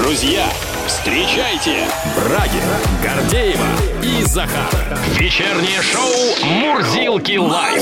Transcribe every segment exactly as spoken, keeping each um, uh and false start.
Друзья, встречайте Брагина, Гордеева и Захар. Вечернее шоу «Мурзилки лайф».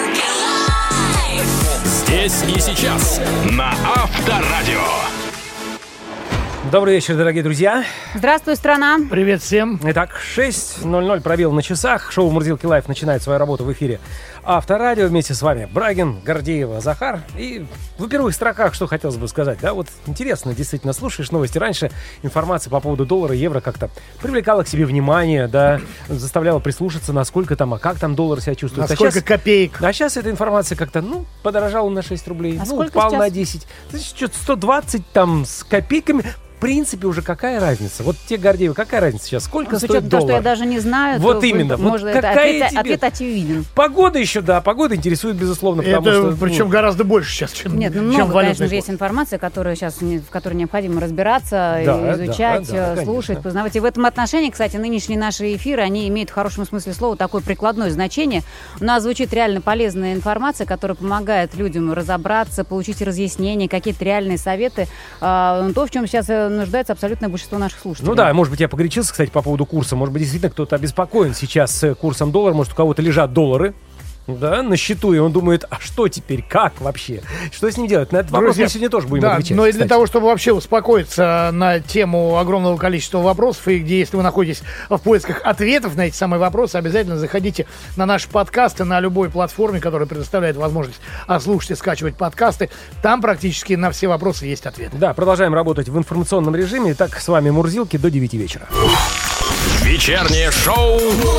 Здесь и сейчас на Авторадио. Добрый вечер, дорогие друзья. Здравствуй, страна. Привет всем. Итак, шесть ноль ноль пробил на часах. Шоу «Мурзилки лайф» начинает свою работу в эфире Авторадио. Вместе с вами Брагин, Гордеева, Захар. И в первых строках, что хотелось бы сказать, да, вот интересно, действительно, слушаешь новости. Раньше информация по поводу доллара, евро как-то привлекала к себе внимание, да, заставляла прислушаться, насколько там, а как там доллар себя чувствует. А сколько сейчас, копеек? А сейчас эта информация как-то, ну, подорожала на шесть рублей, а ну, упал сейчас? На десять. Значит, что-то сто двадцать там с копейками. В принципе, уже какая разница? Вот те, Гордеева, какая разница сейчас? Сколько С стоит учетом доллар? того, что я даже не знаю, вот то именно. Может, вот это какая ответ, тебе... ответ очевиден. Погода еще, да, погода интересует, безусловно, потому это, что... причем ну... гораздо больше сейчас, чем, Нет, ну, чем много, конечно же, есть информация, которая сейчас, в которой необходимо разбираться, да, изучать, да, да, слушать, конечно. познавать. И в этом отношении, кстати, нынешние наши эфиры, они имеют в хорошем смысле слова такое прикладное значение. У нас звучит реально полезная информация, которая помогает людям разобраться, получить разъяснения, какие-то реальные советы. То, в чем сейчас нуждается абсолютное большинство наших слушателей. Ну да, может быть, я погорячился, кстати, по поводу курса. Может быть, действительно кто-то обеспокоен сейчас с курсом доллара. Может, у кого-то лежат доллары, да, на счету, и он думает, а что теперь, как вообще? Что с ним делать? На этот вопрос Друзья, мы сегодня тоже будем да, отвечать. но и для кстати. того, чтобы вообще успокоиться на тему огромного количества вопросов, и где, если вы находитесь в поисках ответов на эти самые вопросы, обязательно заходите на наши подкасты на любой платформе, которая предоставляет возможность слушать и скачивать подкасты. Там практически на все вопросы есть ответы. Да, продолжаем работать в информационном режиме. Итак, с вами Мурзилки до девяти вечера. Вечернее шоу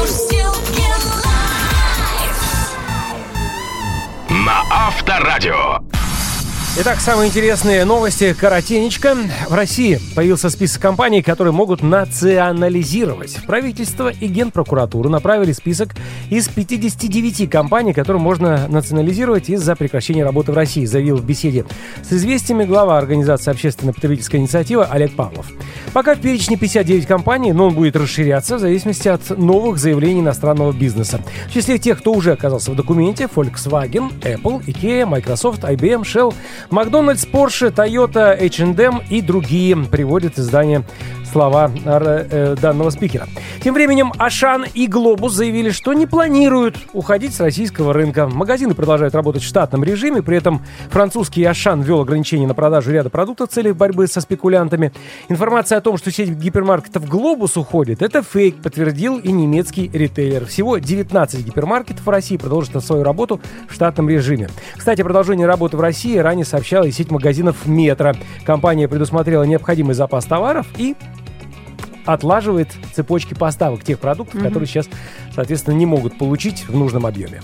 на Авторадио. Итак, самые интересные новости коротенечко. В России появился список компаний, которые могут национализировать. Правительство и Генпрокуратура направили список из пятидесяти девяти компаний, которые можно национализировать из-за прекращения работы в России, заявил в беседе с «Известиями» глава организации «Общественно-потребительская инициатива» Олег Павлов. Пока в перечне пятьдесят девять компаний, но он будет расширяться в зависимости от новых заявлений иностранного бизнеса. В числе тех, кто уже оказался в документе, Volkswagen, Apple, IKEA, Microsoft, ай би эм, Shell, Макдональдс, Porsche, Toyota, эйч энд эм и другие, приводит издание слова э, данного спикера. Тем временем Ашан и Глобус заявили, что не планируют уходить с российского рынка. Магазины продолжают работать в штатном режиме, при этом французский Ашан ввел ограничения на продажу ряда продуктов в целях борьбы со спекулянтами. Информация о том, что сеть гипермаркетов Глобус уходит, это фейк, подтвердил и немецкий ритейлер. Всего девятнадцать гипермаркетов в России продолжат свою работу в штатном режиме. Кстати, о продолжении работы в России ранее сообщала и сеть магазинов «Метро». Компания предусмотрела необходимый запас товаров и отлаживает цепочки поставок тех продуктов, mm-hmm. которые сейчас, соответственно, не могут получить в нужном объеме.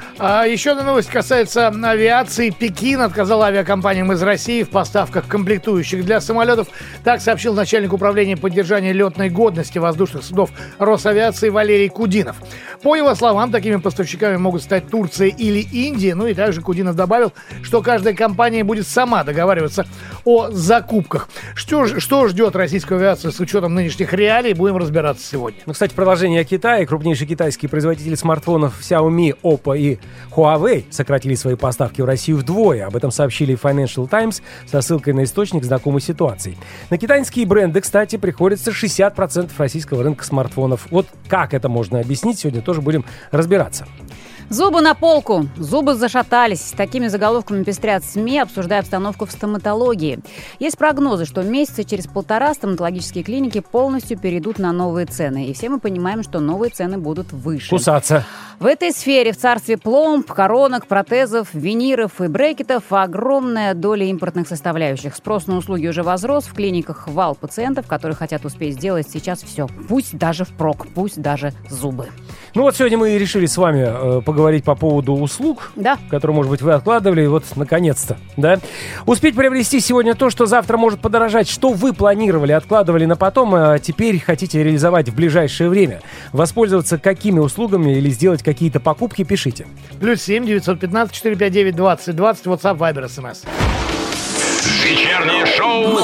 А еще одна новость касается авиации. Пекин отказал авиакомпаниям из России в поставках комплектующих для самолетов. Так сообщил начальник управления поддержания летной годности воздушных судов Росавиации Валерий Кудинов. По его словам, такими поставщиками могут стать Турция или Индия. Ну и также Кудинов добавил, что каждая компания будет сама договариваться о закупках. Что, что ждет российскую авиацию с учетом нынешних реалий, будем разбираться сегодня. Ну, кстати, продолжение о Китае. Крупнейшие китайские производители смартфонов Xiaomi, Oppo и Huawei сократили свои поставки в Россию вдвое. Об этом сообщили Financial Times со ссылкой на источник знакомой ситуации. На китайские бренды, кстати, приходится шестьдесят процентов российского рынка смартфонов. Вот как это можно объяснить, сегодня тоже будем разбираться. Зубы на полку. Зубы зашатались. Такими заголовками пестрят СМИ, обсуждая обстановку в стоматологии. Есть прогнозы, что месяца через полтора стоматологические клиники полностью перейдут на новые цены. И все мы понимаем, что новые цены будут выше. Кусаться. В этой сфере, в царстве пломб, коронок, протезов, виниров и брекетов, огромная доля импортных составляющих. Спрос на услуги уже возрос. В клиниках вал пациентов, которые хотят успеть сделать сейчас все. Пусть даже впрок, пусть даже зубы. Ну вот сегодня мы решили с вами э, поговорить по поводу услуг, да. которые, может быть, вы откладывали, и вот наконец-то, да. Успеть приобрести сегодня то, что завтра может подорожать, что вы планировали, откладывали на потом, а теперь хотите реализовать в ближайшее время. Воспользоваться какими услугами или сделать какие-то покупки, пишите. Плюс семь девятьсот пятнадцать четыреста пятьдесят девять двадцать двадцать, WhatsApp, Viber, эс эм эс. Вечернее шоу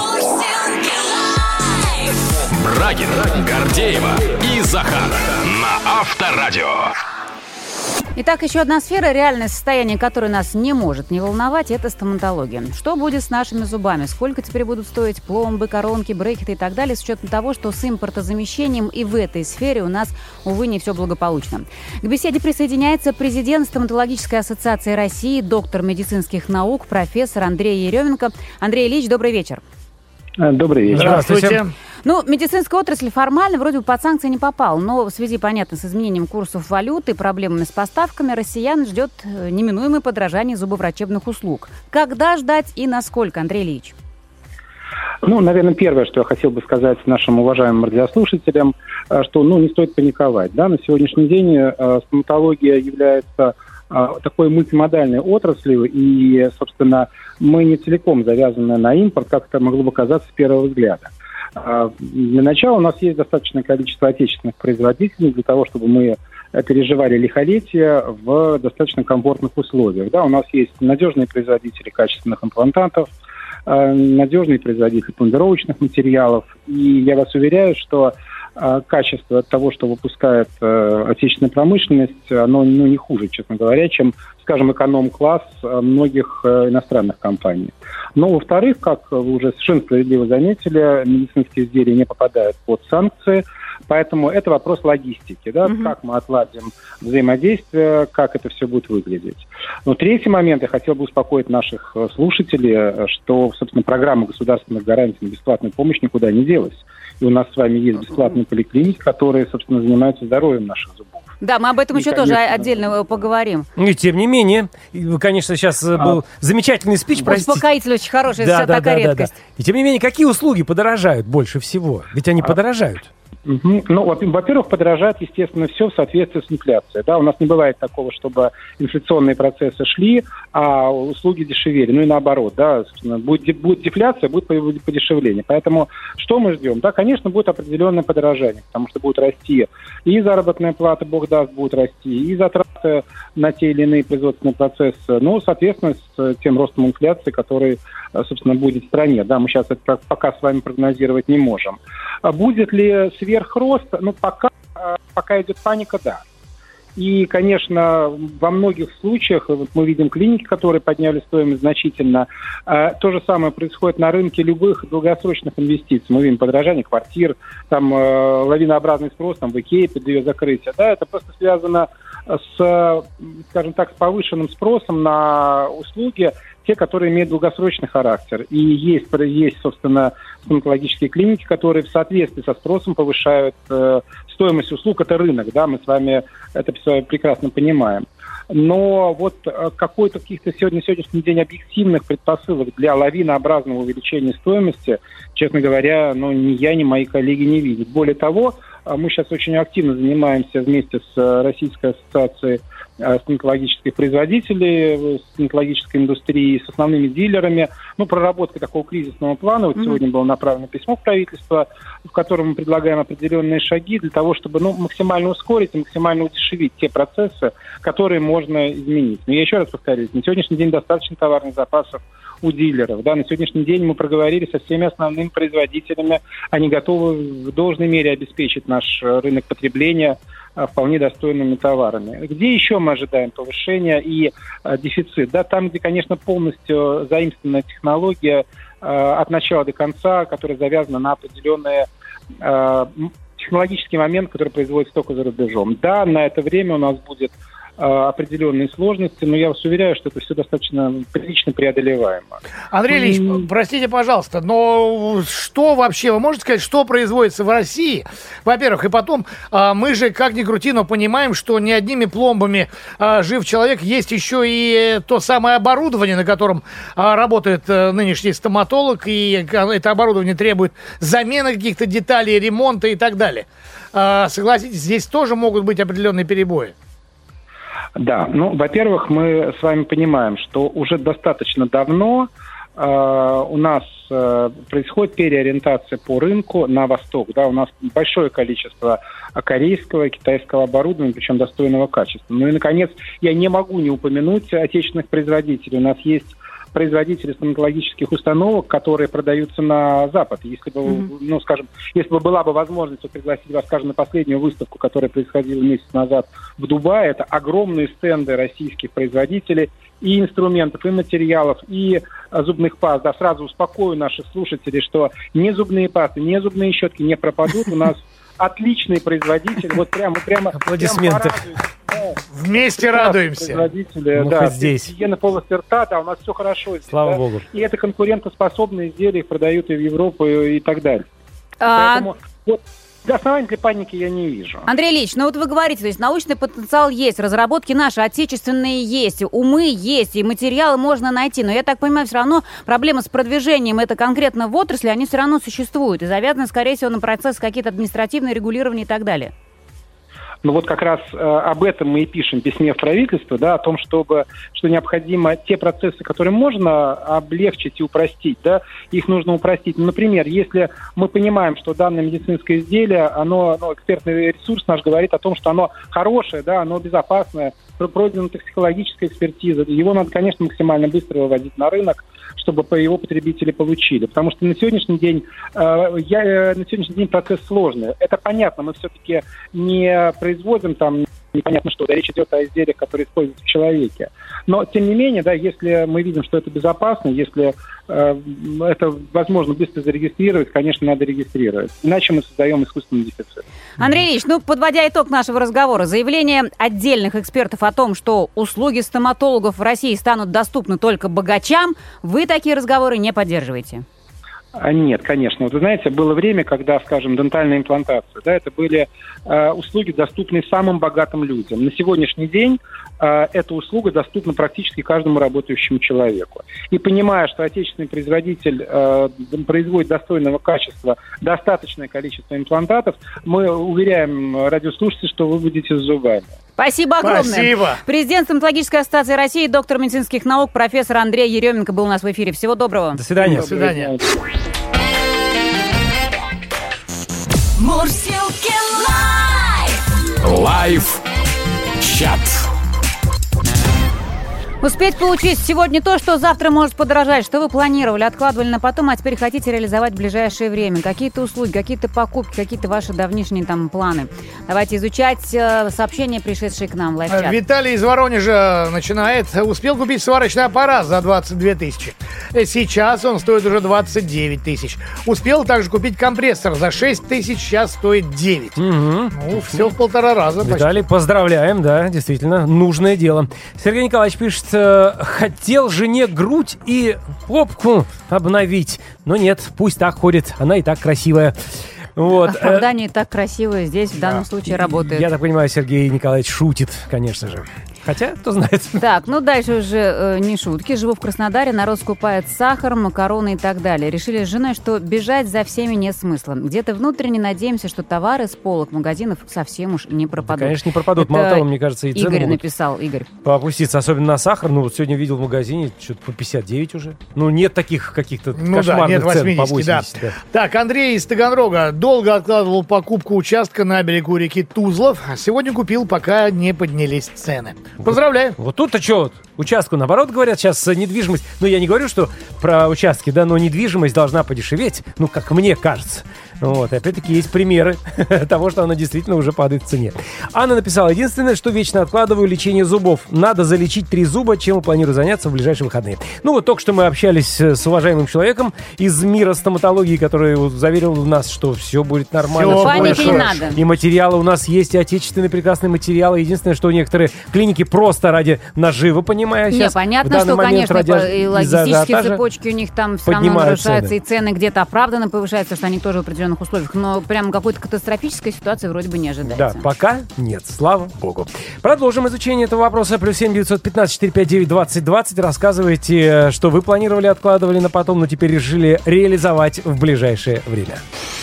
Брагина, Гордеева и Захар на Авторадио. Итак, еще одна сфера, реальное состояние, которое нас не может не волновать, это стоматология. Что будет с нашими зубами? Сколько теперь будут стоить пломбы, коронки, брекеты и так далее, с учетом того, что с импортозамещением и в этой сфере у нас, увы, не все благополучно. К беседе присоединяется президент Стоматологической ассоциации России, доктор медицинских наук, профессор Андрей Еременко. Андрей Ильич, добрый вечер. Добрый вечер. Здравствуйте. Ну, медицинская отрасль формально вроде бы под санкции не попала, но в связи, понятно, с изменением курсов валюты, проблемами с поставками, россиян ждет неминуемое подорожание зубоврачебных услуг. Когда ждать и насколько, Андрей Ильич? Ну, наверное, первое, что я хотел бы сказать нашим уважаемым радиослушателям, что, ну, не стоит паниковать. Да? На сегодняшний день э, стоматология является э, такой мультимодальной отраслью, и, собственно, мы не целиком завязаны на импорт, как это могло бы казаться с первого взгляда. Для начала у нас есть достаточное количество отечественных производителей для того, чтобы мы переживали лихолетие в достаточно комфортных условиях. Да, у нас есть надежные производители качественных имплантантов, надежные производители пломбировочных материалов. И я вас уверяю, что качество того, что выпускает отечественная промышленность, оно ну, не хуже, честно говоря, чем, скажем, эконом-класс многих иностранных компаний. Но, во-вторых, как вы уже совершенно справедливо заметили, медицинские изделия не попадают под санкции, поэтому это вопрос логистики, да, mm-hmm. как мы отладим взаимодействие, как это все будет выглядеть. Но третий момент, я хотел бы успокоить наших слушателей, что, собственно, программа государственных гарантий на бесплатную помощь никуда не делась. И у нас с вами есть бесплатные поликлиники, которые, собственно, занимаются здоровьем наших зубов. Да, мы об этом и, еще конечно, тоже отдельно поговорим. И тем не менее, конечно, сейчас а. был замечательный спич, простите. Успокоительный, очень хороший, да, вся да, такая да, редкость. Да, да. И тем не менее, какие услуги подорожают больше всего? Ведь они а. подорожают. Угу. Ну, во-первых, подорожает, естественно, все в соответствии с инфляцией. Да? У нас не бывает такого, чтобы инфляционные процессы шли, а услуги дешевели. Ну и наоборот, да, будет, будет дефляция, будет подешевление. Поэтому что мы ждем? Да, конечно, будет определенное подорожание, потому что будет расти и заработная плата, бог даст, будет расти, и затраты на те или иные производственные процессы. Ну, соответственно, с тем ростом инфляции, который, собственно, будет в стране. Да, мы сейчас это пока с вами прогнозировать не можем. Будет ли сверхрост? Ну, пока, пока идет паника, да. И, конечно, во многих случаях, вот мы видим клиники, которые подняли стоимость значительно. То же самое происходит на рынке любых долгосрочных инвестиций. Мы видим подорожание квартир, там лавинообразный спрос, там в Икее под ее закрытие. Да, это просто связано с, скажем так, с повышенным спросом на услуги, те, которые имеют долгосрочный характер. И есть, есть собственно, стоматологические клиники, которые в соответствии со спросом повышают э, стоимость услуг. Это рынок, да, мы с вами это все прекрасно понимаем. Но вот э, какой-то каких-то сегодня, сегодняшний день объективных предпосылок для лавинообразного увеличения стоимости, честно говоря, ну, ни я, ни мои коллеги не видят. Более того, мы сейчас очень активно занимаемся вместе с Российской ассоциацией стоматологических производителей, стоматологической индустрии, с основными дилерами, ну, проработкой такого кризисного плана. Вот mm-hmm. сегодня было направлено письмо в правительство, в котором мы предлагаем определенные шаги для того, чтобы, ну, максимально ускорить и максимально удешевить те процессы, которые можно изменить. Но я еще раз повторюсь, на сегодняшний день достаточно товарных запасов у дилеров. Да, на сегодняшний день мы проговорили со всеми основными производителями, они готовы в должной мере обеспечить наш рынок потребления вполне достойными товарами. Где еще мы ожидаем повышения и э, дефицит? Да, там, где, конечно, полностью заимствованная технология э, от начала до конца, которая завязана на определенные э, технологический момент, который производится только за рубежом. Да, на это время у нас будет определенные сложности, но я вас уверяю, что это все достаточно прилично преодолеваемо. Андрей Ильич, и... простите, пожалуйста, но что вообще, вы можете сказать, что производится в России? Во-первых, и потом, мы же, как ни крути, но понимаем, что не одними пломбами жив человек, есть еще и то самое оборудование, на котором работает нынешний стоматолог, и это оборудование требует замены каких-то деталей, ремонта и так далее. Согласитесь, здесь тоже могут быть определенные перебои. Да, ну, во-первых, мы с вами понимаем, что уже достаточно давно э, у нас э, происходит переориентация по рынку на восток. Да, у нас большое количество корейского, китайского оборудования, причем достойного качества. Ну и, наконец, я не могу не упомянуть отечественных производителей. У нас есть производители стоматологических установок, которые продаются на Запад. Если бы, mm-hmm. ну, скажем, если бы была бы возможность вот, пригласить вас, скажем, на последнюю выставку, которая происходила месяц назад в Дубае, это огромные стенды российских производителей и инструментов, и материалов, и зубных паст. Да, сразу успокою наших слушателей, что ни зубные пасты, ни зубные щетки не пропадут. У нас отличные производители. Вот прямо, прямо, аплодисменты. Прямо Вместе радуемся. Производители, ну, да, хоть здесь. гигиена полости рта, да, у нас все хорошо здесь. Слава да? богу. И это конкурентоспособные изделия, их продают и в Европу, и так далее. А... Поэтому вот оснований для паники я не вижу. Андрей Ильич, ну вот вы говорите, то есть научный потенциал есть, разработки наши отечественные есть, умы есть, и материалы можно найти. Но я так понимаю, все равно проблема с продвижением, это конкретно в отрасли, они все равно существуют. И завязаны, скорее всего, на процесс какие-то административные регулирования и так далее. Ну вот как раз э, об этом мы и пишем в письме в правительство, да, о том, чтобы, что необходимо те процессы, которые можно облегчить и упростить, да, их нужно упростить. Ну, например, если мы понимаем, что данное медицинское изделие, оно, ну, экспертный ресурс наш говорит о том, что оно хорошее, да, оно безопасное, пройдена токсикологическая экспертиза, его надо, конечно, максимально быстро выводить на рынок, чтобы его потребители получили. Потому что на сегодняшний день, э, я, на сегодняшний день процесс сложный. Это понятно, мы все-таки не производим там непонятно что, да, речь идет о изделиях, которые используются в человеке. Но, тем не менее, да, если мы видим, что это безопасно, если э, это возможно быстро зарегистрировать, конечно, надо регистрировать. Иначе мы создаем искусственный дефицит. Андрей Ильич, ну, подводя итог нашего разговора, заявление отдельных экспертов о том, что услуги стоматологов в России станут доступны только богачам, вы такие разговоры не поддерживаете? Нет, конечно. Вот вы знаете, было время, когда, скажем, дентальная имплантация, да, это были э, услуги, доступные самым богатым людям. На сегодняшний день э, эта услуга доступна практически каждому работающему человеку. И понимая, что отечественный производитель э, производит достойного качества достаточное количество имплантатов, мы уверяем радиослушателей, что вы будете с зубами. Спасибо огромное. Спасибо. Президент Стоматологической ассоциации России, доктор медицинских наук, профессор Андрей Еременко был у нас в эфире. Всего доброго. До свидания. До свидания. Мурзилки лайф. Лайф чат. Успеть получить сегодня то, что завтра может подорожать. Что вы планировали, откладывали на потом, а теперь хотите реализовать в ближайшее время. Какие-то услуги, какие-то покупки, какие-то ваши давнишние там планы. Давайте изучать э, сообщения, пришедшие к нам в лайв-чат. Виталий из Воронежа начинает. Успел купить сварочный аппарат за двадцать две тысячи. Сейчас он стоит уже двадцать девять тысяч. Успел также купить компрессор за шесть тысяч, сейчас стоит девять. Угу. Ну, все в полтора раза. Виталий, поздравляем, да, действительно, нужное дело. Сергей Николаевич пишет, хотел жене грудь и попку обновить, но нет, пусть так ходит, она и так красивая. Вот. Оправдание так красивое здесь в данном да. случае работает. Я так понимаю, Сергей Николаевич шутит, конечно же. Хотя, кто знает. Так, ну дальше уже э, не шутки. Живу в Краснодаре, народ скупает сахар, макароны и так далее. Решили с женой, что бежать за всеми нет смысла. Где-то внутренне надеемся, что товары с полок магазинов совсем уж не пропадут. Да, конечно, не пропадут. Это мало того, мне кажется, и цены Игорь могут написал, Игорь. поопуститься, особенно на сахар. Ну, вот сегодня видел в магазине, что-то по пятьдесят девять уже. Ну, нет таких каких-то ну, кошмарных да, нет цен по восемьдесят. Да. Да. Так, Андрей из Таганрога долго откладывал покупку участка на берегу реки Тузлов. А сегодня купил, пока не поднялись цены. Поздравляю. Вот тут-то что, вот, участку, наоборот, говорят, сейчас недвижимость, ну, я не говорю, что про участки, да, но недвижимость должна подешеветь, ну, как мне кажется. Вот, и опять-таки есть примеры того, что она действительно уже падает в цене. Анна написала, единственное, что вечно откладываю, лечение зубов. Надо залечить три зуба, чем планирую заняться в ближайшие выходные. Ну, вот только что мы общались с уважаемым человеком из мира стоматологии, который заверил нас, что все будет нормально. Все паники не надо. И материалы у нас есть, и отечественные прекрасные материалы. Единственное, что некоторые клиники просто ради наживы, понимаю, сейчас. Не, понятно, что, конечно, и логистические цепочки у них там все равно нарушаются, цены. И цены где-то оправданно повышаются, что они тоже в определенных условиях. Но прям какой-то катастрофической ситуации вроде бы не ожидается. Да, пока нет, слава богу. Продолжим изучение этого вопроса. Плюс семь девятьсот пятнадцать четыреста пятьдесят девять двадцать двадцать. Рассказывайте, что вы планировали, откладывали на потом, но теперь решили реализовать в ближайшее время.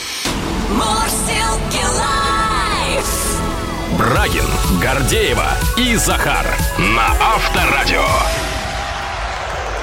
Брагин, Гордеева и Захар на Авторадио.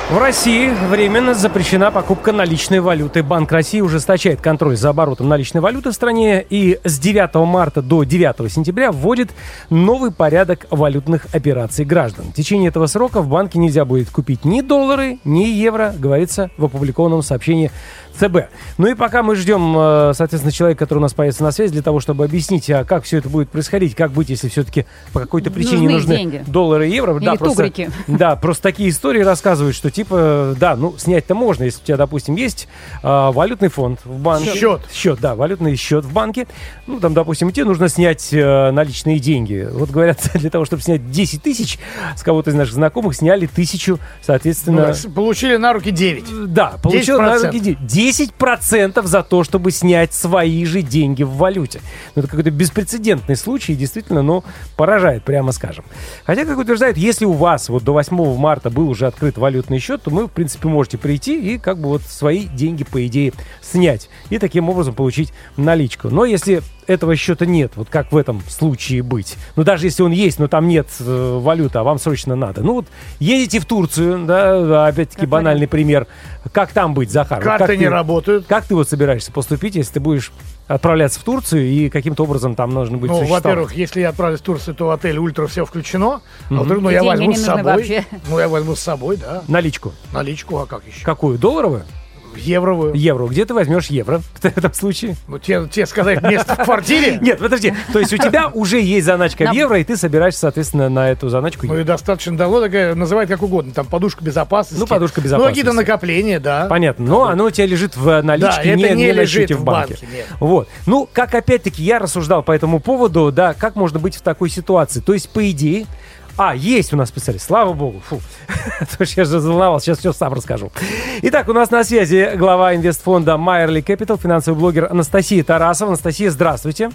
В России временно запрещена покупка наличной валюты. Банк России ужесточает контроль за оборотом наличной валюты в стране и с девятого марта до девятого сентября вводит новый порядок валютных операций граждан. В течение этого срока в банке нельзя будет купить ни доллары, ни евро, говорится в опубликованном сообщении ЦБ. Ну и пока мы ждем, соответственно, человека, который у нас появится на связи, для того, чтобы объяснить, а как все это будет происходить, как быть, если все-таки по какой-то причине нужны, нужны деньги. доллары и евро. Или да, просто, тугрики. да, просто такие истории рассказывают, что типа, да, ну, снять-то можно, если у тебя, допустим, есть э, валютный фонд в банке. Счет. Счет, да, валютный счет в банке. Ну, там, допустим, тебе нужно снять э, наличные деньги. Вот говорят, для того, чтобы снять десять тысяч, с кого-то из наших знакомых сняли тысячу, соответственно... Ну, получили на руки девять. Да, получил на руки десять. десять процентов за то, чтобы снять свои же деньги в валюте. Ну, это какой-то беспрецедентный случай, и действительно, ну, поражает, прямо скажем. Хотя, как утверждают, если у вас вот до восьмого марта был уже открыт валютный счет, то вы, в принципе, можете прийти и как бы вот свои деньги, по идее, снять. И таким образом получить наличку. Но если этого счета нет, вот как в этом случае быть? Ну, даже если он есть, но там нет э, валюты, а вам срочно надо. Ну, вот едете в Турцию, да, опять-таки как банальный пример. Как там быть, Захар? Карты вот как не ты, работают. Как ты вот собираешься поступить, если ты будешь отправляться в Турцию и каким-то образом там нужно будет Ну, существовать? во-первых, если я отправлюсь в Турцию, то в отель «Ультра» все включено. А Мгм. во-вторых, ну, И я деньги возьму не с нужны собой. вообще. Ну, я возьму с собой, да. Наличку. Наличку, а как еще? Какую? Долларовую? Евровую. Евро. Где ты возьмешь евро в этом случае? Ну, тебе, тебе сказать место в квартире? Нет, подожди. То есть у тебя уже есть заначка в Нам- евро, и ты собираешься, соответственно, на эту заначку Ну и евро. достаточно давно такая, называют как угодно, там подушка безопасности. Ну, подушка Ну, безопасности. какие-то накопления, да. Понятно, но оно у тебя лежит в наличке, Да, это не, не не на лежит счете в в банке. банке, нет. Вот. Ну, как опять-таки я рассуждал по этому поводу, да, как можно быть в такой ситуации. То есть, по идее, а, есть у нас специалист, слава богу, фу. То есть я же заволновался, сейчас все сам расскажу. Итак, у нас на связи глава инвестфонда Майерли Capital, финансовый блогер Анастасия Тарасова. Анастасия, здравствуйте.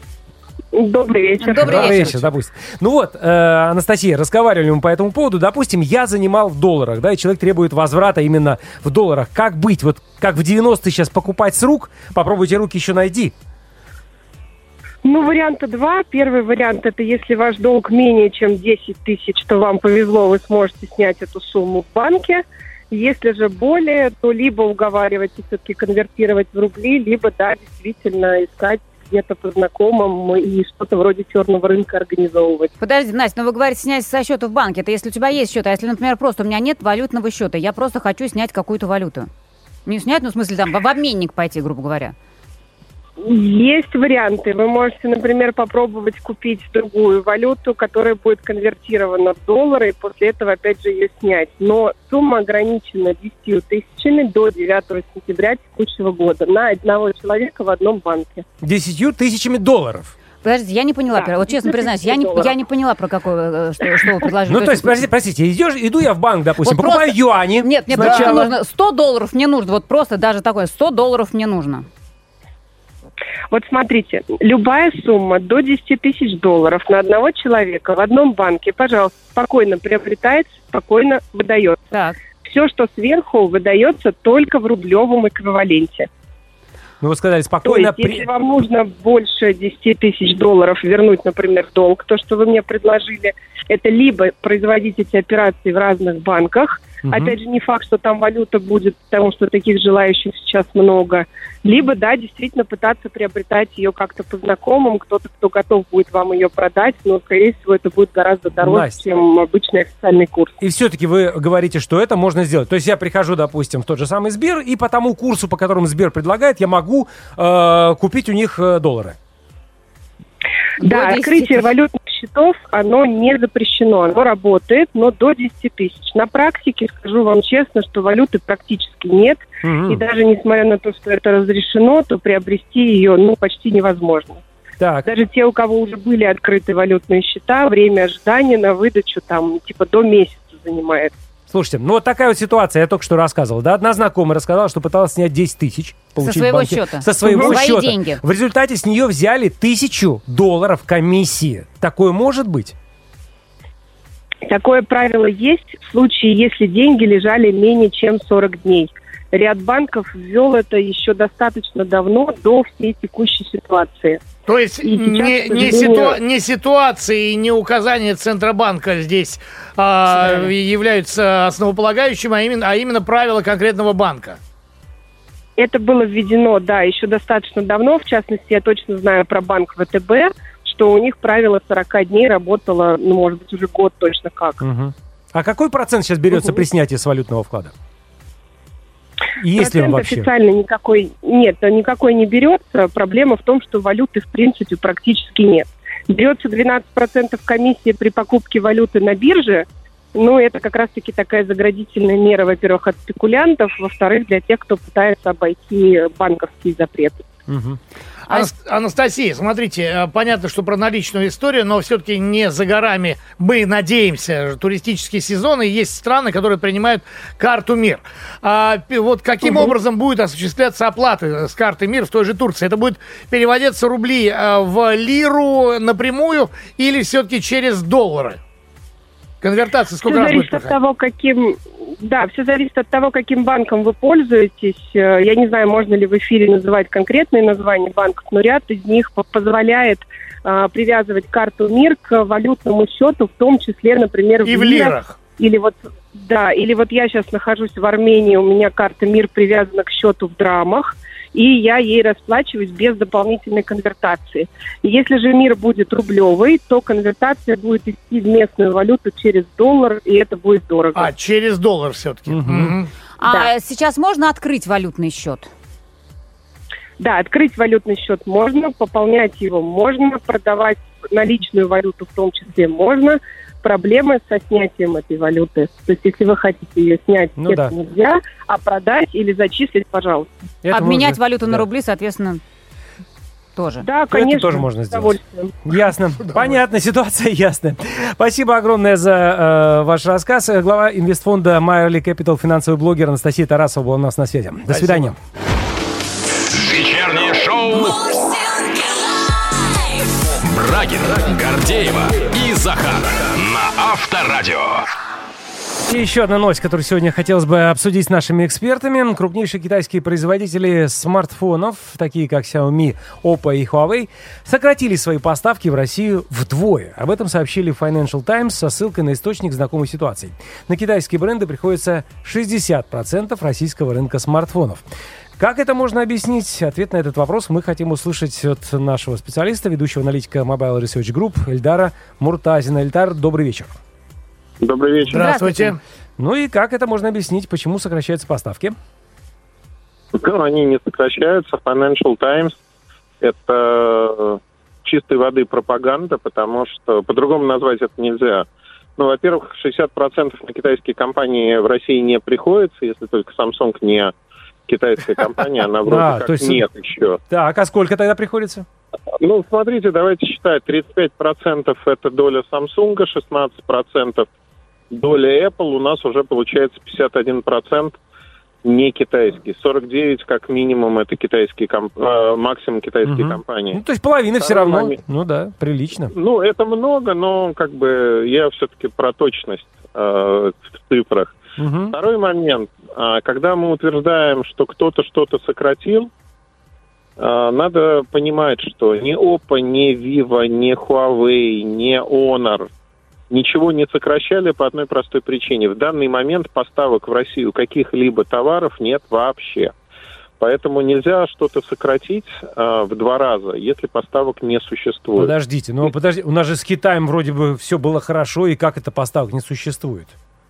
Добрый вечер. Добрый вечер. допустим. Ну вот, э, Анастасия, разговаривали мы по этому поводу. Допустим, я занимал в долларах, да, и человек требует возврата именно в долларах. Как быть? Вот как в девяностые сейчас покупать с рук? Попробуйте руки еще найди. Ну, варианта два. Первый вариант – это если ваш долг менее чем десять тысяч, то вам повезло, вы сможете снять эту сумму в банке. Если же более, то либо уговаривать и все-таки конвертировать в рубли, либо, да, действительно искать где-то по знакомым и что-то вроде черного рынка организовывать. Подожди, Настя, но вы говорите снять со счета в банке. Это если у тебя есть счет, а если, например, просто у меня нет валютного счета, я просто хочу снять какую-то валюту. Не снять, ну, в смысле, там, в обменник пойти, грубо говоря. Есть варианты. Вы можете, например, попробовать купить другую валюту, которая будет конвертирована в доллары, и после этого, опять же, ее снять. Но сумма ограничена десятью тысячами до девятого сентября текущего года на одного человека в одном банке. Десятью тысячами долларов. Подождите, я не поняла. Да, вот честно признаюсь, я не, я не поняла, про какое, э, что, что вы предложили. Ну, то есть, простите, простите, идешь, иду я в банк, допустим, Вот покупаю просто- юани. Нет, мне сначала. просто нужно сто долларов мне нужно. Вот просто даже такое, сто долларов мне нужно. Вот смотрите, любая сумма до десяти тысяч долларов на одного человека в одном банке, пожалуйста, спокойно приобретается, спокойно выдается. Так. Все, что сверху, выдается только в рублевом эквиваленте. Ну, вы сказали, То спокойно... есть, если вам нужно больше десяти тысяч долларов вернуть, например, в долг, то, что вы мне предложили, это либо производить эти операции в разных банках, Мгм. опять же, не факт, что там валюта будет, потому что таких желающих сейчас много, либо, да, действительно пытаться приобретать ее как-то по знакомым, кто-то, кто готов будет вам ее продать, но, скорее всего, это будет гораздо дороже, Настя. чем обычный официальный курс. И все-таки вы говорите, что это можно сделать. То есть я прихожу, допустим, в тот же самый Сбер, и по тому курсу, по которому Сбер предлагает, я могу э, купить у них э, доллары. Да, До десяти открытие тысяч. валютных счетов, оно не запрещено, оно работает, но до десяти тысяч. На практике, скажу вам честно, что валюты практически нет, Мгм. и даже несмотря на то, что это разрешено, то приобрести ее, ну, почти невозможно. Так, Даже те, у кого уже были открыты валютные счета, время ожидания на выдачу там, типа, до месяца занимает. слушайте, ну вот такая вот ситуация, я только что рассказывал, да, одна знакомая рассказала, что пыталась снять десять тысяч. получить в своего банке. счета. Со своего Свои счета. деньги. В результате с нее взяли тысячу долларов комиссии. Такое может быть? Такое правило есть в случае, если деньги лежали менее чем сорок дней. Ряд банков ввел это еще достаточно давно, до всей текущей ситуации. То есть И сейчас, не, к не, сожалению- ситу- не ситуации и не указания Центробанка здесь а, являются основополагающим, а именно, а именно правила конкретного банка. Это было введено, да, еще достаточно давно. В частности, я точно знаю про банк ВТБ, что у них правило сорок дней работало, ну, может быть, уже год точно как. Мгм. А какой процент сейчас берется Мгм. при снятии с валютного вклада? И есть ли он Процент вообще? официально никакой нет, никакой не берется. Проблема в том, что валюты в принципе практически нет. Берется двенадцать процентов комиссии при покупке валюты на бирже. Ну, это как раз-таки такая заградительная мера, во-первых, от спекулянтов, во-вторых, для тех, кто пытается обойти банковские запреты. Мгм. Анас- Анастасия, смотрите, э, понятно, что про наличную историю, но все-таки не за горами, мы надеемся, туристический сезон, и есть страны, которые принимают карту МИР. А, пи- вот каким Мгм. образом будет осуществляться оплата с карты МИР в той же Турции? Это будет переводиться рубли э, в лиру напрямую или все-таки через доллары? Конвертация сколько Все раз будет зависит от проходить? того, каким... Да, все зависит от того, каким банком вы пользуетесь. Э, Я не знаю, можно ли в эфире называть конкретные названия банков, но ряд из них по- позволяет э, привязывать карту МИР к валютному счету, в том числе, например, И в лирах. лирах. Или вот, да, или вот я сейчас нахожусь в Армении, у меня карта МИР привязана к счету в драмах, и я ей расплачиваюсь без дополнительной конвертации. И если же МИР будет рублевый, то конвертация будет идти в местную валюту через доллар, и это будет дорого. А, через доллар все-таки. Мгм. А сейчас можно открыть валютный счет? Да, открыть валютный счет можно, пополнять его можно, продавать наличную валюту в том числе можно. Проблемы со снятием этой валюты. То есть, если вы хотите ее снять, Ну это да. нельзя, а продать или зачислить, пожалуйста. Это Обменять можно- валюту на да. рубли, соответственно, тоже. Да, конечно. тоже можно с сделать. удовольствием. Ясно. Понятно, ситуация ясная. Спасибо огромное за э, ваш рассказ. Глава инвестфонда Майерли Capital, финансовый блогер Анастасия Тарасова была у нас на связи. До Спасибо. свидания. Вечернее шоу Брагин, Гордеева и Захар на Авторадио. И еще одна новость, которую сегодня хотелось бы обсудить с нашими экспертами. Крупнейшие китайские производители смартфонов, такие как Xiaomi, Oppo и Huawei, сократили свои поставки в Россию вдвое. Об этом сообщили Financial Times со ссылкой на источник знакомой ситуации. На китайские бренды приходится шестьдесят процентов российского рынка смартфонов. Как это можно объяснить? Ответ на этот вопрос мы хотим услышать от нашего специалиста, ведущего аналитика Mobile Research Group Эльдара Муртазина. Эльдар, добрый вечер. Добрый вечер. Здравствуйте. Ну и как это можно объяснить, почему сокращаются поставки? Ну, они не сокращаются. Financial Times – это чистой воды пропаганда, потому что по-другому назвать это нельзя. Ну, во-первых, шестьдесят процентов на китайские компании в России не приходится, если только Samsung не китайская компания, она вроде Да, как то есть- нет еще. Так, а сколько тогда приходится? Ну, смотрите, давайте считать. тридцать пять процентов это доля Samsung, шестнадцать процентов доля Apple. У нас уже получается пятьдесят один процент не китайский. сорок девять как минимум это китайские комп... э, максимум китайские Мгм. компании. Ну, то есть половина все Второй равно. момент. Ну да, прилично. Ну, это много, но как бы я все-таки про точность э, в цифрах. Мгм. Второй момент. А, Когда мы утверждаем, что кто-то что-то сократил, а, надо понимать, что ни Oppo, ни Vivo, ни Huawei, ни Honor ничего не сокращали по одной простой причине. В данный момент поставок в Россию каких-либо товаров нет вообще. Поэтому нельзя что-то сократить а, в два раза, если поставок не существует. Подождите, ну подожди, у нас же с Китаем вроде бы все было хорошо, и как это поставок не существует?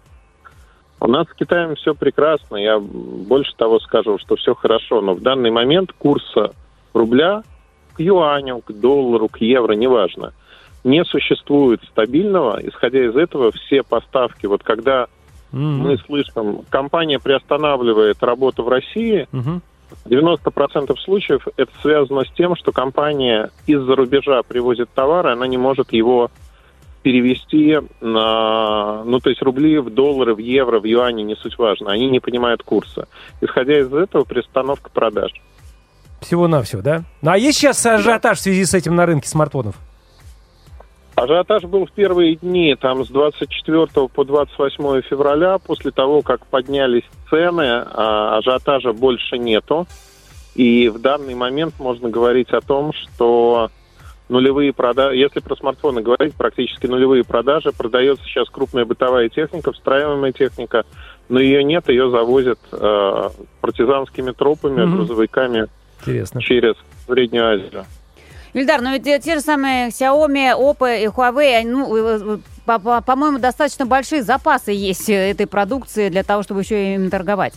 У нас с Китаем все прекрасно. Я больше того скажу, что все хорошо. Но в данный момент курса рубля к юаню, к доллару, к евро, неважно, не существует стабильного. Исходя из этого, все поставки, вот когда Мгм. мы слышим, компания приостанавливает работу в России, Мгм. девяносто процентов случаев это связано с тем, что компания из-за рубежа привозит товар, и она не может его перевести на, ну, то есть рубли в доллары, в евро, в юани, не суть важно. Они не понимают курса. Исходя из этого, приостановка продаж. Всего-навсего, да? Ну а есть сейчас ажиотаж в связи с этим на рынке смартфонов? Ажиотаж был в первые дни, там, с двадцать четвёртого по двадцать восьмое февраля. После того, как поднялись цены, ажиотажа больше нету. И в данный момент можно говорить о том, что нулевые продажи, если про смартфоны говорить, практически нулевые продажи. Продается сейчас крупная бытовая техника, встраиваемая техника, но ее нет, ее завозят э, партизанскими тропами, mm-hmm. грузовиками Интересно. через Среднюю Азию. Ильдар, но ведь те же самые Xiaomi, Oppo и Huawei, ну, по- по- по-моему, достаточно большие запасы есть этой продукции для того, чтобы еще им торговать.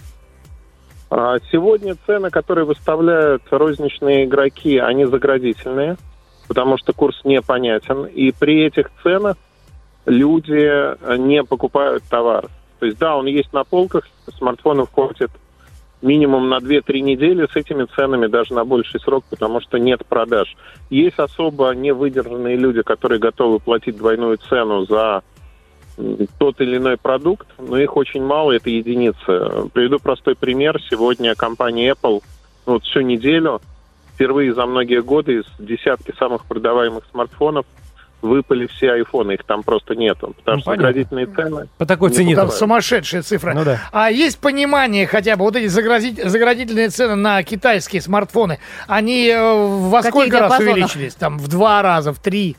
Сегодня цены, которые выставляют розничные игроки, они заградительные, потому что курс непонятен. И при этих ценах люди не покупают товар. То есть, да, он есть на полках, смартфонов хватит минимум на две-три недели, с этими ценами даже на больший срок, потому что нет продаж. Есть особо невыдержанные люди, которые готовы платить двойную цену за тот или иной продукт, но их очень мало, это единицы. Приведу простой пример. Сегодня компания Apple ну, вот всю неделю, впервые за многие годы, из десятки самых продаваемых смартфонов выпали все айфоны, их там просто нету, потому ну, что заградительные цены... По такой цене. Там сумасшедшая цифра. Ну, да. А есть понимание хотя бы, вот эти заградительные цены на китайские смартфоны, они во Каких сколько раз диапазонов? увеличились? Там в два раза, в три?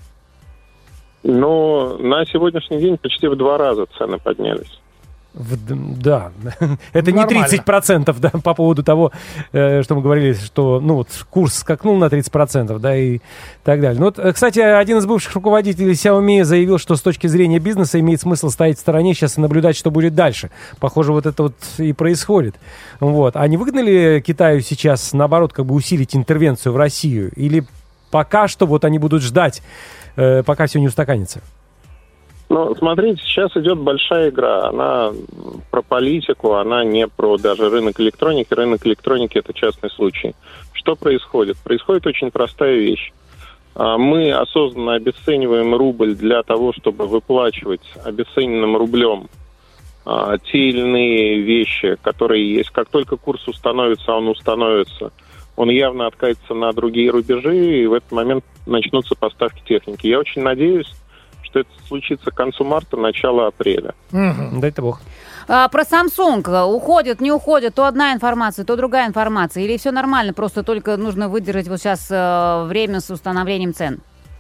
Ну, на сегодняшний день почти в два раза цены поднялись. В, да, это Нормально. Не тридцать процентов, да, по поводу того, э, что мы говорили, что ну, вот, курс скакнул на тридцать процентов, да, и так далее. Ну, вот, кстати, один из бывших руководителей Xiaomi заявил, что с точки зрения бизнеса имеет смысл стоять в стороне сейчас и наблюдать, что будет дальше. Похоже, вот это вот и происходит. Вот. А не выгодно ли Китаю сейчас, наоборот, как бы усилить интервенцию в Россию? Или пока что вот они будут ждать, э, пока все не устаканится? Ну, смотрите, сейчас идет большая игра. Она про политику, она не про даже рынок электроники. Рынок электроники – это частный случай. Что происходит? Происходит очень простая вещь. Мы осознанно обесцениваем рубль для того, чтобы выплачивать обесцененным рублем те или иные вещи, которые есть. Как только курс установится, он установится, он явно откатится на другие рубежи, и в этот момент начнутся поставки техники. Я очень надеюсь, что это случится к концу марта, начало апреля. Угу. Дай-то бог. А, про Samsung. Уходит, не уходит, то одна информация, то другая информация. Или все нормально, просто только нужно выдержать вот сейчас э, время с установлением цен?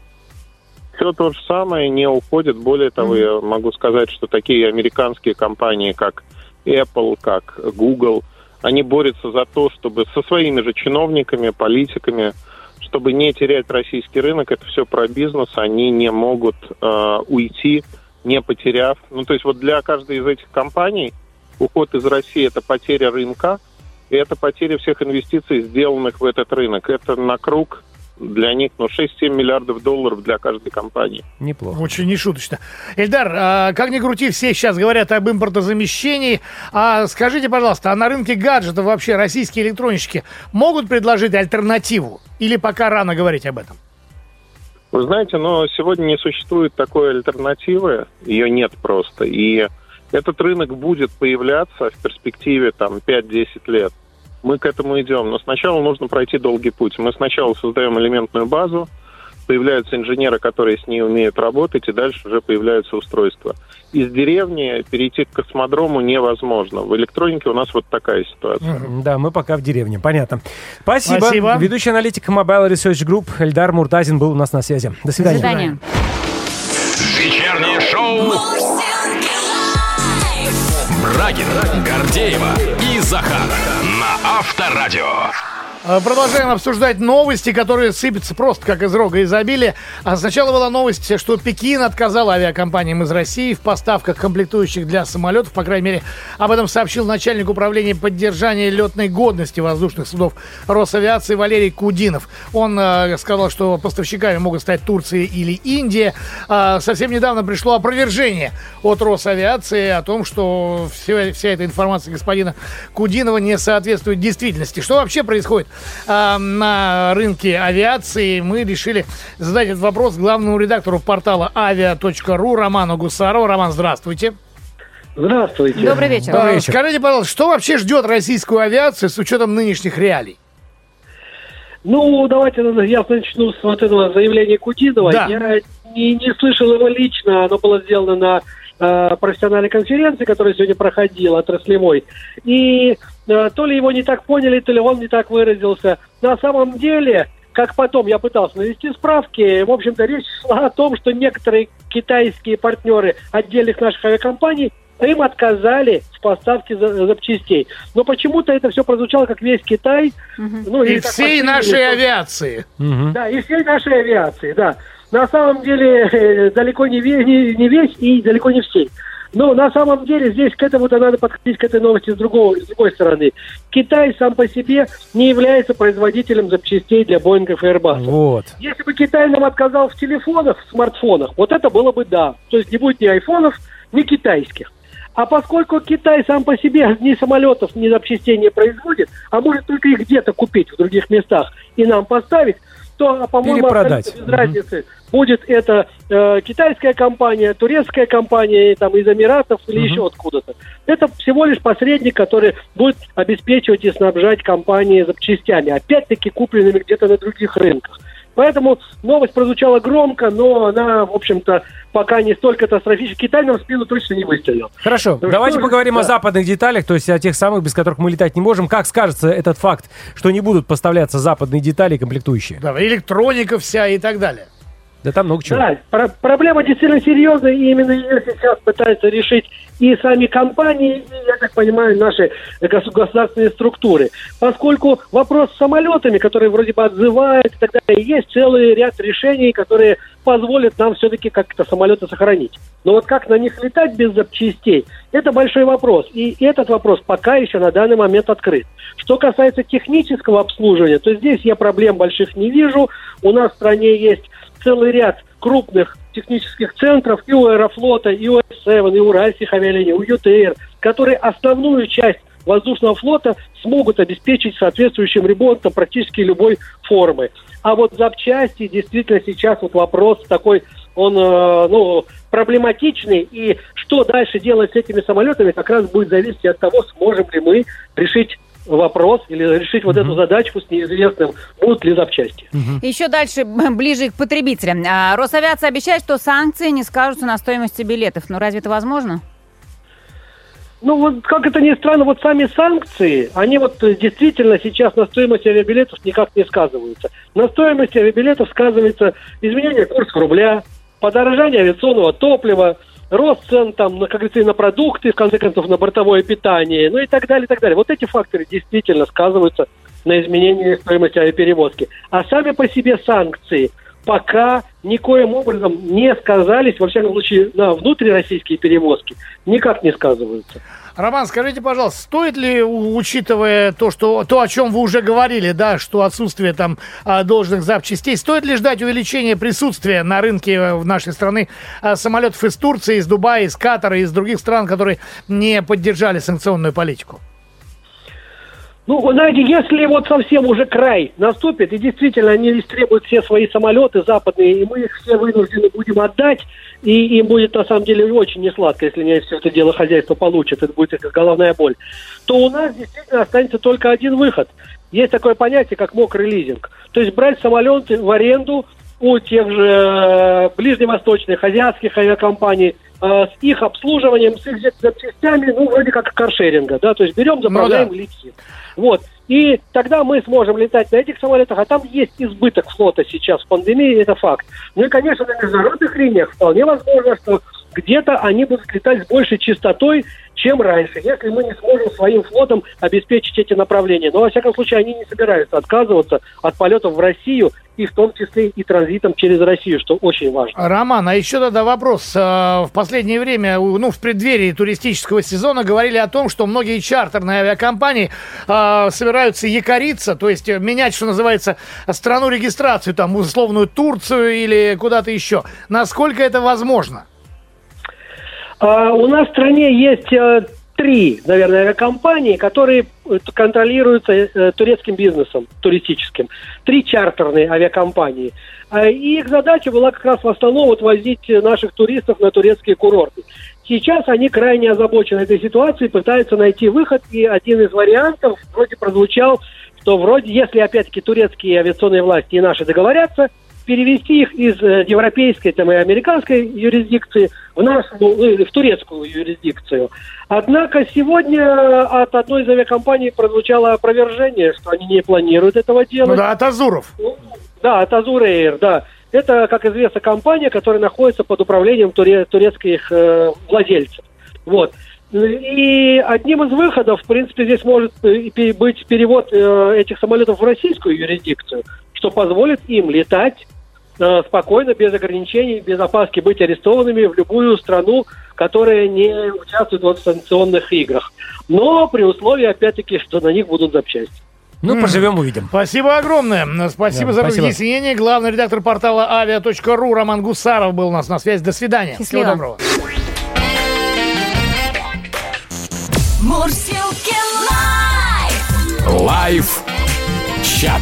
Все то же самое, не уходит. Более того, mm-hmm. я могу сказать, что такие американские компании, как Apple, как Google, они борются за то, чтобы со своими же чиновниками, политиками, чтобы не терять российский рынок. Это все про бизнес, они не могут э, уйти, не потеряв. Ну, то есть вот для каждой из этих компаний уход из России – это потеря рынка, и это потеря всех инвестиций, сделанных в этот рынок. Это на круг для них, ну, шесть-семь миллиардов долларов для каждой компании. Неплохо. Очень нешуточно. Эльдар, а, как ни крути, все сейчас говорят об импортозамещении. А скажите, пожалуйста, а на рынке гаджетов вообще российские электронщики могут предложить альтернативу? Или пока рано говорить об этом? Вы знаете, но сегодня не существует такой альтернативы, ее нет просто. И этот рынок будет появляться в перспективе там пять-десять лет. Мы к этому идем, но сначала нужно пройти долгий путь. Мы сначала создаем элементную базу, появляются инженеры, которые с ней умеют работать, и дальше уже появляются устройства. Из деревни перейти к космодрому невозможно. В электронике у нас вот такая ситуация. Да, мы пока в деревне, понятно. Спасибо. Спасибо. Ведущий аналитик Mobile Research Group Эльдар Муртазин был у нас на связи. До свидания. До свидания. Вечернее шоу Брагин, Гордеева и Захар на Авторадио. Продолжаем обсуждать новости, которые сыпятся просто как из рога изобилия. А сначала была новость, что Пекин отказал авиакомпаниям из России в поставках комплектующих для самолетов. По крайней мере, об этом сообщил начальник управления поддержания летной годности воздушных судов Росавиации Валерий Кудинов. Он э, сказал, что поставщиками могут стать Турция или Индия. А совсем недавно пришло опровержение от Росавиации о том, что все, вся эта информация господина Кудинова не соответствует действительности. Что вообще происходит на рынке авиации? Мы решили задать этот вопрос главному редактору портала авиа точка ру Роману Гусарову. Роман, здравствуйте. Здравствуйте. Добрый вечер. Добрый вечер. Скажите, пожалуйста, что вообще ждет российскую авиацию с учетом нынешних реалий? Ну, давайте я начну с вот этого заявления Кудинова. Да. Я не, не слышал его лично, оно было сделано на э, профессиональной конференции, которая сегодня проходила, отраслевой. И э, то ли его не так поняли, то ли он не так выразился. На самом деле, как потом я пытался навести справки, в общем-то, речь шла о том, что некоторые китайские партнеры отдельных наших авиакомпаний им отказали в поставке за- запчастей. Но почему-то это все прозвучало как весь Китай. Угу. Ну, и всей как нашей что... авиации. Угу. Да, и всей нашей авиации, да. На самом деле э, далеко не, ве- не, не весь и далеко не всей. Но на самом деле здесь к этому-то надо подходить, к этой новости с, другого, с другой стороны. Китай сам по себе не является производителем запчастей для Боингов и Airbus. Вот. Если бы Китай нам отказал в телефонах, в смартфонах, вот это было бы да. То есть не будет ни айфонов, ни китайских. А поскольку Китай сам по себе ни самолетов, ни запчастей не производит, а может только их где-то купить в других местах и нам поставить, то, по-моему, Перепродать. без разницы, будет это э, китайская компания, турецкая компания там, из Эмиратов или Угу. еще откуда-то. Это всего лишь посредник, который будет обеспечивать и снабжать компании запчастями, опять-таки купленными где-то на других рынках. Поэтому новость прозвучала громко, но она, в общем-то, пока не столь катастрофична. Китай нам в спину точно не выстрелил. Хорошо, Ну, давайте что же, поговорим да. о западных деталях, то есть о тех самых, без которых мы летать не можем. Как скажется этот факт, что не будут поставляться западные детали и комплектующие? Да, электроника вся и так далее. Да там много чего. Да, про- проблема действительно серьезная, и именно ее сейчас пытаются решить и сами компании, и, я так понимаю, наши гос- государственные структуры. Поскольку вопрос с самолетами, которые вроде бы отзывают и так далее, есть целый ряд решений, которые позволят нам все-таки как-то самолеты сохранить. Но вот как на них летать без запчастей, это большой вопрос. И этот вопрос пока еще на данный момент открыт. Что касается технического обслуживания, то здесь я проблем больших не вижу. У нас в стране есть целый ряд крупных технических центров и у Аэрофлота, и у эс семь, и у Уральских авиалиний, у ю тэ эр, которые основную часть воздушного флота смогут обеспечить соответствующим ремонтом практически любой формы. А вот запчасти действительно сейчас вот вопрос такой, он э, ну, проблематичный, и что дальше делать с этими самолетами, как раз будет зависеть от того, сможем ли мы решить вопрос или решить вот эту задачку с неизвестным, будут ли запчасти. Еще дальше, ближе к потребителям. А, Росавиация обещает, что санкции не скажутся на стоимости билетов. Ну, разве это возможно? Ну, вот как это ни странно, вот сами санкции, они вот э, действительно сейчас на стоимости авиабилетов никак не сказываются. На стоимости авиабилетов сказывается изменение курса рубля, подорожание авиационного топлива, рост цен там, на, как говорится, и на продукты, в конце концов, на бортовое питание, ну и так далее, и так далее. Вот эти факторы действительно сказываются на изменении стоимости авиаперевозки. А сами по себе санкции пока никоим образом не сказались, во всяком случае, на внутрироссийские перевозки, никак не сказываются. Роман, скажите, пожалуйста, стоит ли, у- учитывая то, что, то, о чем вы уже говорили, да, что отсутствие там а, должных запчастей, стоит ли ждать увеличения присутствия на рынке э, в нашей страны а, самолетов из Турции, из Дубая, из Катара, из других стран, которые не поддержали санкционную политику? Ну, вы знаете, если вот совсем уже край наступит, и действительно они истребуют все свои самолеты западные, и мы их все вынуждены будем отдать, и им будет на самом деле очень несладко, если они все это дело хозяйство получат, это будет как головная боль, то у нас действительно останется только один выход. Есть такое понятие, как мокрый лизинг. То есть брать самолеты в аренду у тех же э, ближневосточных, азиатских авиакомпаний, э, с их обслуживанием, с их запчастями, ну, вроде как каршеринга, да, то есть берем, заправляем, Ну да. летим. Вот. И тогда мы сможем летать на этих самолетах, а там есть избыток флота сейчас в пандемии, это факт. Ну и, конечно, на международных линиях вполне возможно, что где-то они будут летать с большей частотой, чем раньше, если мы не сможем своим флотом обеспечить эти направления. Но, во всяком случае, они не собираются отказываться от полетов в Россию, и в том числе и транзитом через Россию, что очень важно. Роман, а еще тогда вопрос. В последнее время, ну, в преддверии туристического сезона говорили о том, что многие чартерные авиакомпании э, собираются якориться, то есть менять, что называется, страну регистрацию, там, условную Турцию или куда-то еще. Насколько это возможно? А, у нас в стране есть э, три, наверное, авиакомпании, которые э, контролируются э, турецким бизнесом, туристическим. Три чартерные авиакомпании. А, и их задача была как раз в основном вот возить наших туристов на турецкие курорты. Сейчас они крайне озабочены этой ситуацией, пытаются найти выход, и один из вариантов вроде прозвучал, что вроде, если опять-таки турецкие авиационные власти и наши договорятся, перевести их из э, европейской там, и американской юрисдикции в нашу, ну, в турецкую юрисдикцию. Однако сегодня от одной из авиакомпаний прозвучало опровержение, что они не планируют этого делать. Ну да, от Азуров. Да, от Azur Air, да. Это, как известно, компания, которая находится под управлением туре- турецких э, владельцев. Вот. И одним из выходов, в принципе, здесь может быть перевод э, этих самолетов в российскую юрисдикцию, что позволит им летать э, спокойно, без ограничений, без опаски быть арестованными в любую страну, которая не участвует в санкционных играх. Но при условии, опять-таки, что на них будут запчасти. Ну, поживем, увидим. Спасибо огромное. Спасибо Да, за спасибо. разъяснение. Главный редактор портала авиа точка ру Роман Гусаров был у нас на связи. До свидания. Счастливо. Всего доброго. Мурсилки лайф! Лайф чат.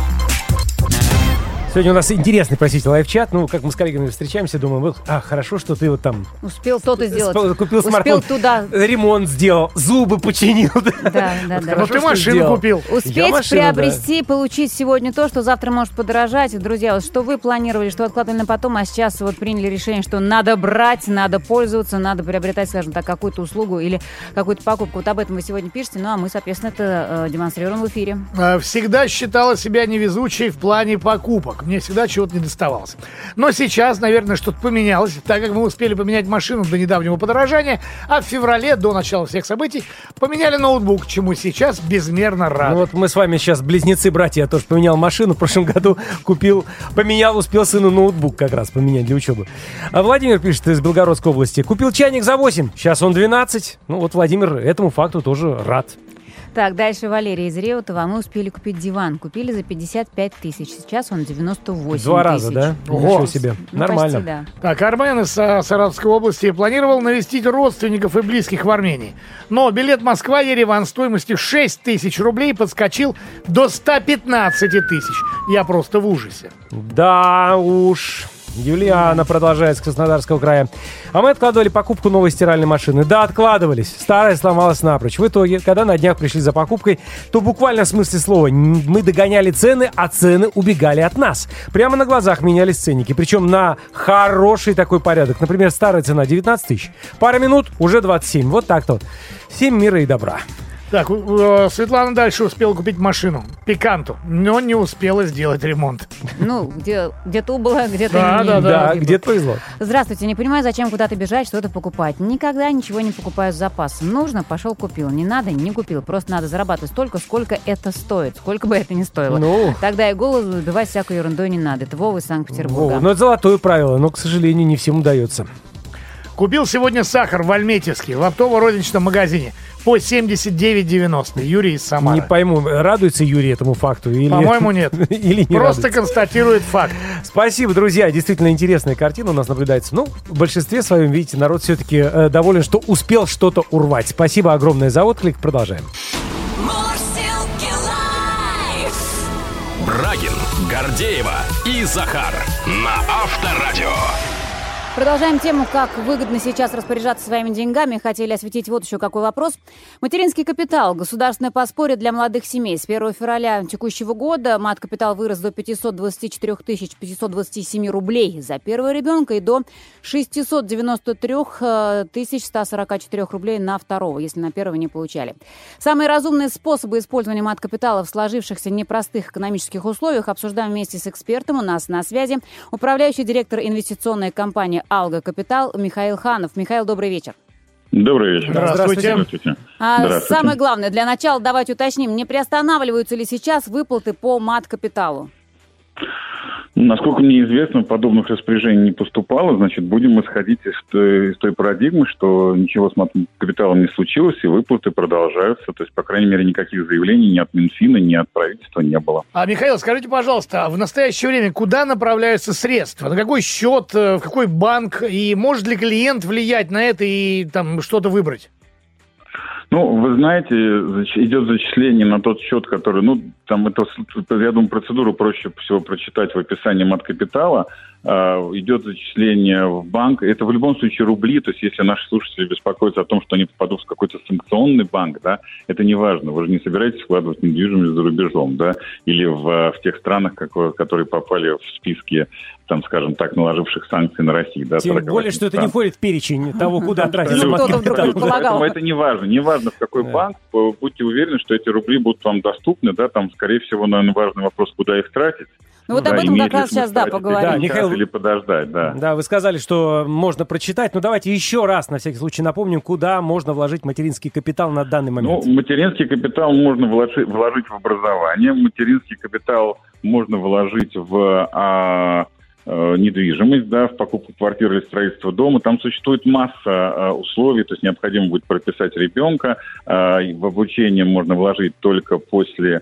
Сегодня у нас интересный, простите, лайв-чат. Ну, как мы с коллегами встречаемся, думаем, вот, а, хорошо, что ты вот там Успел то-то сделать. спа- купил Успел смартфон, туда. ремонт сделал, зубы починил. Да, да, Вот да. хорошо, Вот ты что машину сделал. купил. Я Успеть машину, приобрести, получить сегодня то, что завтра может подорожать. Друзья, вот что вы планировали, что откладывали на потом, а сейчас вот приняли решение, что надо брать, надо пользоваться, надо приобретать, скажем так, какую-то услугу или какую-то покупку. Вот об этом вы сегодня пишете, ну а мы, соответственно, это э, демонстрируем в эфире. Э, Всегда считала себя невезучей в плане покупок. Мне всегда чего-то не доставалось. Но сейчас, наверное, что-то поменялось, так как мы успели поменять машину до недавнего подорожания, а в феврале, до начала всех событий, поменяли ноутбук, чему сейчас безмерно рад. Ну вот мы с вами сейчас близнецы-братья. Я тоже поменял машину. В прошлом году купил, поменял, успел сыну ноутбук как раз поменять для учебы. А Владимир пишет из Белгородской области. Купил чайник за восемь, сейчас он двенадцать. Ну вот Владимир этому факту тоже рад. Так, дальше Валерия из Реутова. Мы успели купить диван. Купили за пятьдесят пять тысяч. Сейчас он девяносто восемь Два раза, тысяч. да? Ого. Ничего себе. Ну, Нормально. почти, да. Так, Армен из а, Саратовской области планировал навестить родственников и близких в Армении. Но билет Москва-Ереван стоимостью шесть тысяч рублей подскочил до сто пятнадцать тысяч. Я просто в ужасе. Да уж. Юлиана продолжает с Краснодарского края. А мы откладывали покупку новой стиральной машины. Да, откладывались. Старая сломалась напрочь. В итоге, когда на днях пришли за покупкой, то буквально в смысле слова мы догоняли цены, а цены убегали от нас. Прямо на глазах менялись ценники. Причем на хороший такой порядок. Например, старая цена девятнадцать тысяч. Пара минут уже двадцать семь. Вот так-то вот. Всем мира и добра. Так, э, Светлана дальше успела купить машину. Пиканту. Но не успела сделать ремонт. Ну, где, где-то убыло, где-то Да, не. да, Да, не где-то повезло. Здравствуйте, не понимаю, зачем куда-то бежать, что-то покупать. Никогда ничего не покупаю с запасом. Нужно, пошел купил. Не надо, не купил. Просто надо зарабатывать столько, сколько это стоит. Сколько бы это ни стоило. Ну. Тогда и голову забивать всякой ерундой не надо. Это Вова из Санкт-Петербурга. Во, ну, это золотое правило, но, к сожалению, не всем удается. Купил сегодня сахар в Альметьевске, в оптово-розничном магазине. По семьдесят девять девяносто. Юрий из Самары. Не пойму, радуется Юрий этому факту или... По-моему, нет. Или не Просто радуется. констатирует факт. Спасибо, друзья. Действительно интересная картина у нас наблюдается. Ну, в большинстве своем, видите, народ все-таки э, доволен, что успел что-то урвать. Спасибо огромное за отклик. Продолжаем. Мурсилки лайф! Брагин, Гордеева и Захар на Авторадио. Продолжаем тему, как выгодно сейчас распоряжаться своими деньгами. Хотели осветить вот еще какой вопрос. Материнский капитал. Государственное подспорье для молодых семей. С первого февраля текущего года мат-капитал вырос до пятьсот двадцать четыре тысячи пятьсот двадцать семь рублей за первого ребенка и до шестьсот девяносто три тысячи сто сорок четыре рублей на второго, если на первого не получали. Самые разумные способы использования мат-капитала в сложившихся непростых экономических условиях обсуждаем вместе с экспертом. У нас на связи управляющий директор инвестиционной компании «Алга Капитал» Михаил Ханов. Михаил, добрый вечер. Добрый вечер. Здравствуйте. Здравствуйте. А Здравствуйте. самое главное, для начала давайте уточним, не приостанавливаются ли сейчас выплаты по мат-капиталу? Насколько мне известно, подобных распоряжений не поступало. Значит, будем исходить из той, из той парадигмы, что ничего с мат-капиталом не случилось, и выплаты продолжаются. То есть, по крайней мере, никаких заявлений ни от Минфина, ни от правительства не было. А, Михаил, скажите, пожалуйста, в настоящее время куда направляются средства? На какой счет, в какой банк? И может ли клиент влиять на это и там что-то выбрать? Ну, вы знаете, зач- идет зачисление на тот счет, который, ну, там это, я думаю, процедуру проще всего прочитать в описании мат-капитала. Идет зачисление в банк. Это в любом случае рубли. То есть если наши слушатели беспокоятся о том, что они попадут в какой-то санкционный банк, да, это не важно. Вы же не собираетесь вкладывать в недвижимость за рубежом, да, или в, в тех странах, как, которые попали в списки, там, скажем так, наложивших санкции на Россию. Да, Тем более, что это не входит в перечень того, куда тратится мат-капитал. Поэтому это не важно. Не важно, в какой банк. Будьте уверены, что эти рубли будут вам доступны. Да, там, скорее всего, наверное, важный вопрос, куда их тратить. Ну вот да, об этом как раз сейчас, да, поговорим. Да, Михаил, или подождать, да. Да, вы сказали, что можно прочитать, но давайте еще раз, на всякий случай, напомним, куда можно вложить материнский капитал на данный момент. Ну, материнский капитал можно вложить, вложить в образование, материнский капитал можно вложить в а, а, недвижимость, да, в покупку квартиры или строительство дома. Там существует масса а, условий, то есть необходимо будет прописать ребенка, а, в обучение можно вложить только после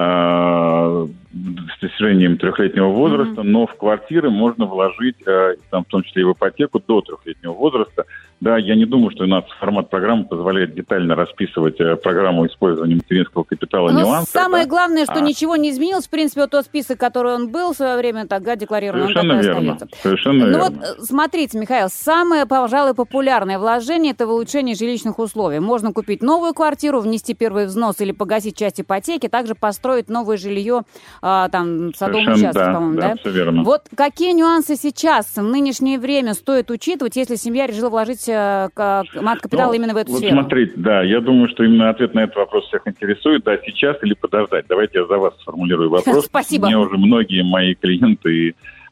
с достижением трехлетнего возраста, mm-hmm. но в квартиры можно вложить, там, в том числе и в ипотеку, до трехлетнего возраста. Да, я не думаю, что у нас формат программы позволяет детально расписывать программу использования материнского капитала, но нюансы. Самое да? главное, что а... ничего не изменилось. В принципе, вот тот список, который он был в свое время тогда декларирован, Совершенно он так и верно. остается. Совершенно ну верно. вот, смотрите, Михаил, самое, пожалуй, популярное вложение – это в улучшение жилищных условий. Можно купить новую квартиру, внести первый взнос или погасить часть ипотеки, также построить новое жилье а, там, в садовом участке, да, по-моему, да? да? Все верно. Вот какие нюансы сейчас, в нынешнее время, стоит учитывать, если семья решила вложить мат-капитал ну, именно в эту вот сферу? Смотрите, да, я думаю, что именно ответ на этот вопрос всех интересует. Да, сейчас или подождать? Давайте я за вас сформулирую вопрос. Спасибо. Мне уже многие мои клиенты и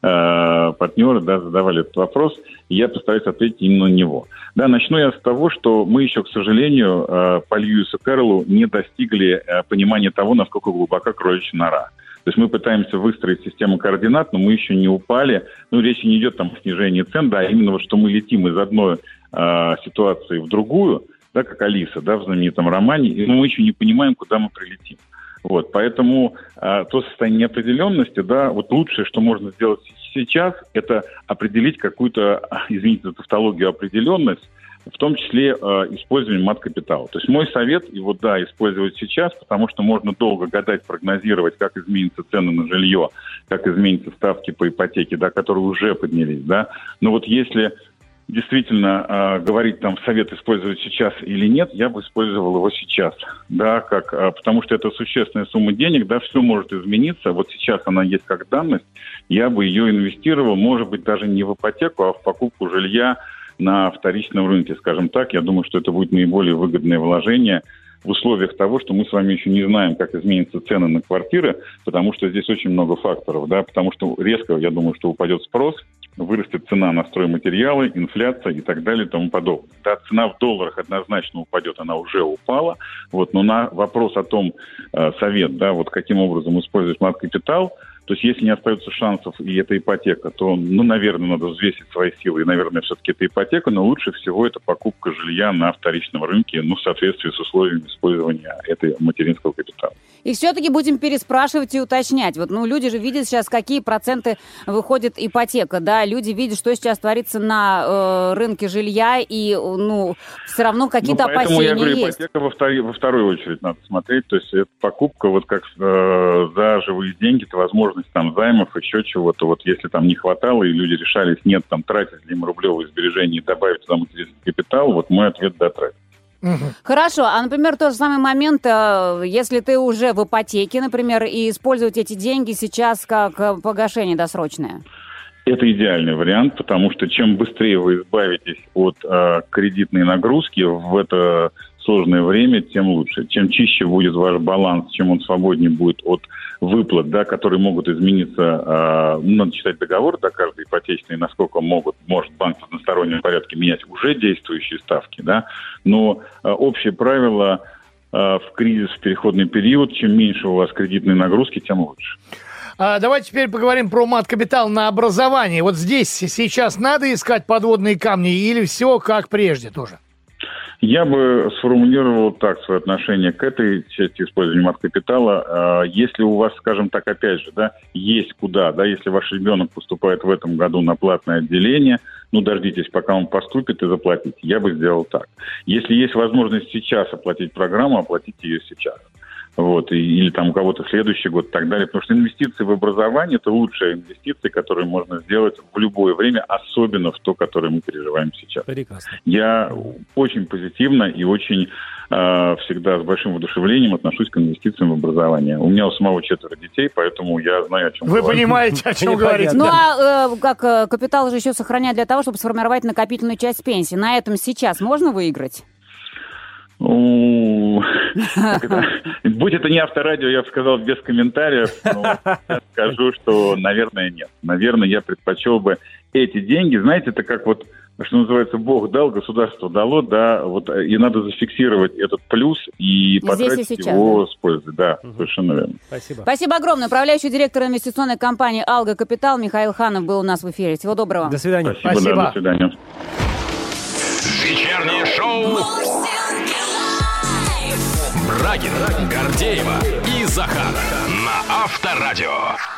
э, партнеры да, задавали этот вопрос, и я постараюсь ответить именно на него. Да, начну я с того, что мы еще, к сожалению, э, по Льюису Кэрроллу не достигли э, понимания того, насколько глубока кроличья нора. То есть мы пытаемся выстроить систему координат, но мы еще не упали. Ну, речь не идет там о снижении цен, да, а именно вот, что мы летим из одной э, ситуации в другую, да, как Алиса, да, в знаменитом романе, и мы еще не понимаем, куда мы прилетим. Вот, поэтому э, то состояние неопределенности, да, вот лучшее, что можно сделать сейчас, это определить какую-то, извините за тавтологию, определенность, в том числе э, использование мат-капитала. То есть мой совет его, да, использовать сейчас, потому что можно долго гадать, прогнозировать, как изменятся цены на жилье, как изменятся ставки по ипотеке, да, которые уже поднялись, да. Но вот если действительно э, говорить там совет использовать сейчас или нет, я бы использовал его сейчас, да, как, э, потому что это существенная сумма денег, да, все может измениться. Вот сейчас она есть как данность, я бы ее инвестировал, может быть, даже не в ипотеку, а в покупку жилья на вторичном рынке, скажем так. Я думаю, что это будет наиболее выгодное вложение в условиях того, что мы с вами еще не знаем, как изменятся цены на квартиры, потому что здесь очень много факторов, да, потому что резко, я думаю, что упадет спрос, вырастет цена на стройматериалы, инфляция и так далее и тому подобное. Да, цена в долларах однозначно упадет, она уже упала, вот, но на вопрос о том, э, совет, да, вот каким образом использовать мат-капитал, то есть если не остается шансов и это ипотека, то, ну, наверное, надо взвесить свои силы, и, наверное, все-таки это ипотека, но лучше всего это покупка жилья на вторичном рынке, ну, в соответствии с условиями использования этой материнского капитала. И все-таки будем переспрашивать и уточнять. Вот, ну, люди же видят сейчас, какие проценты выходит ипотека, да, люди видят, что сейчас творится на э, рынке жилья, и, ну, все равно какие-то ну, поэтому опасения я говорю, есть. Ипотека во, втор... во вторую очередь надо смотреть, то есть это покупка вот как э, за живые деньги, это возможность там займов, еще чего-то, вот если там не хватало, и люди решались, нет, там, тратить ли им рублевые сбережения и добавить туда материнский капитал, вот мой ответ – да, тратить. Хорошо, а, например, тот же самый момент, если ты уже в ипотеке, например, и использовать эти деньги сейчас как погашение досрочное? Это идеальный вариант, потому что чем быстрее вы избавитесь от э, кредитной нагрузки в это сложное время, тем лучше. Чем чище будет ваш баланс, чем он свободнее будет от выплат, да, которые могут измениться, э, надо читать договор, да, каждой ипотечной, насколько могут, может банк в одностороннем порядке менять уже действующие ставки, да, но э, общее правило э, в кризис, в переходный период, чем меньше у вас кредитной нагрузки, тем лучше. А, давайте теперь поговорим про мат-капитал на образование. Вот здесь сейчас надо искать подводные камни или все как прежде тоже? Я бы сформулировал так свое отношение к этой части использования мат-капитала. Если у вас, скажем так, опять же, да, есть куда, да, если ваш ребенок поступает в этом году на платное отделение, ну, дождитесь, пока он поступит, и заплатите. Я бы сделал так. Если есть возможность сейчас оплатить программу, оплатите ее сейчас. Вот, и, или там у кого-то следующий год и так далее. Потому что инвестиции в образование – это лучшая инвестиция, которую можно сделать в любое время, особенно в то, которое мы переживаем сейчас. Прекрасно. Я очень позитивно и очень э, всегда с большим воодушевлением отношусь к инвестициям в образование. У меня у самого четверо детей, поэтому я знаю, о чем Вы говорю. понимаете, о чем Непонятно. говорите. Ну, а э, как э, капитал же еще сохранять для того, чтобы сформировать накопительную часть пенсии. На этом сейчас можно выиграть? Ну, как это? Будь это не авторадио, я бы сказал без комментариев, но я скажу, что, наверное, нет. Наверное, я предпочел бы эти деньги, знаете, это как вот, что называется, Бог дал, государство дало, да, вот, и надо зафиксировать этот плюс и Здесь и потратить сейчас, его да. с пользой. Да, совершенно верно. Спасибо. Спасибо огромное. Управляющий директор инвестиционной компании «Алга Капитал» Михаил Ханов был у нас в эфире. Всего доброго. До свидания. Спасибо, Спасибо. да, до свидания. Вечернее шоу Мурзилки лайф. Брагина, Гордеева и Захара на Авторадио.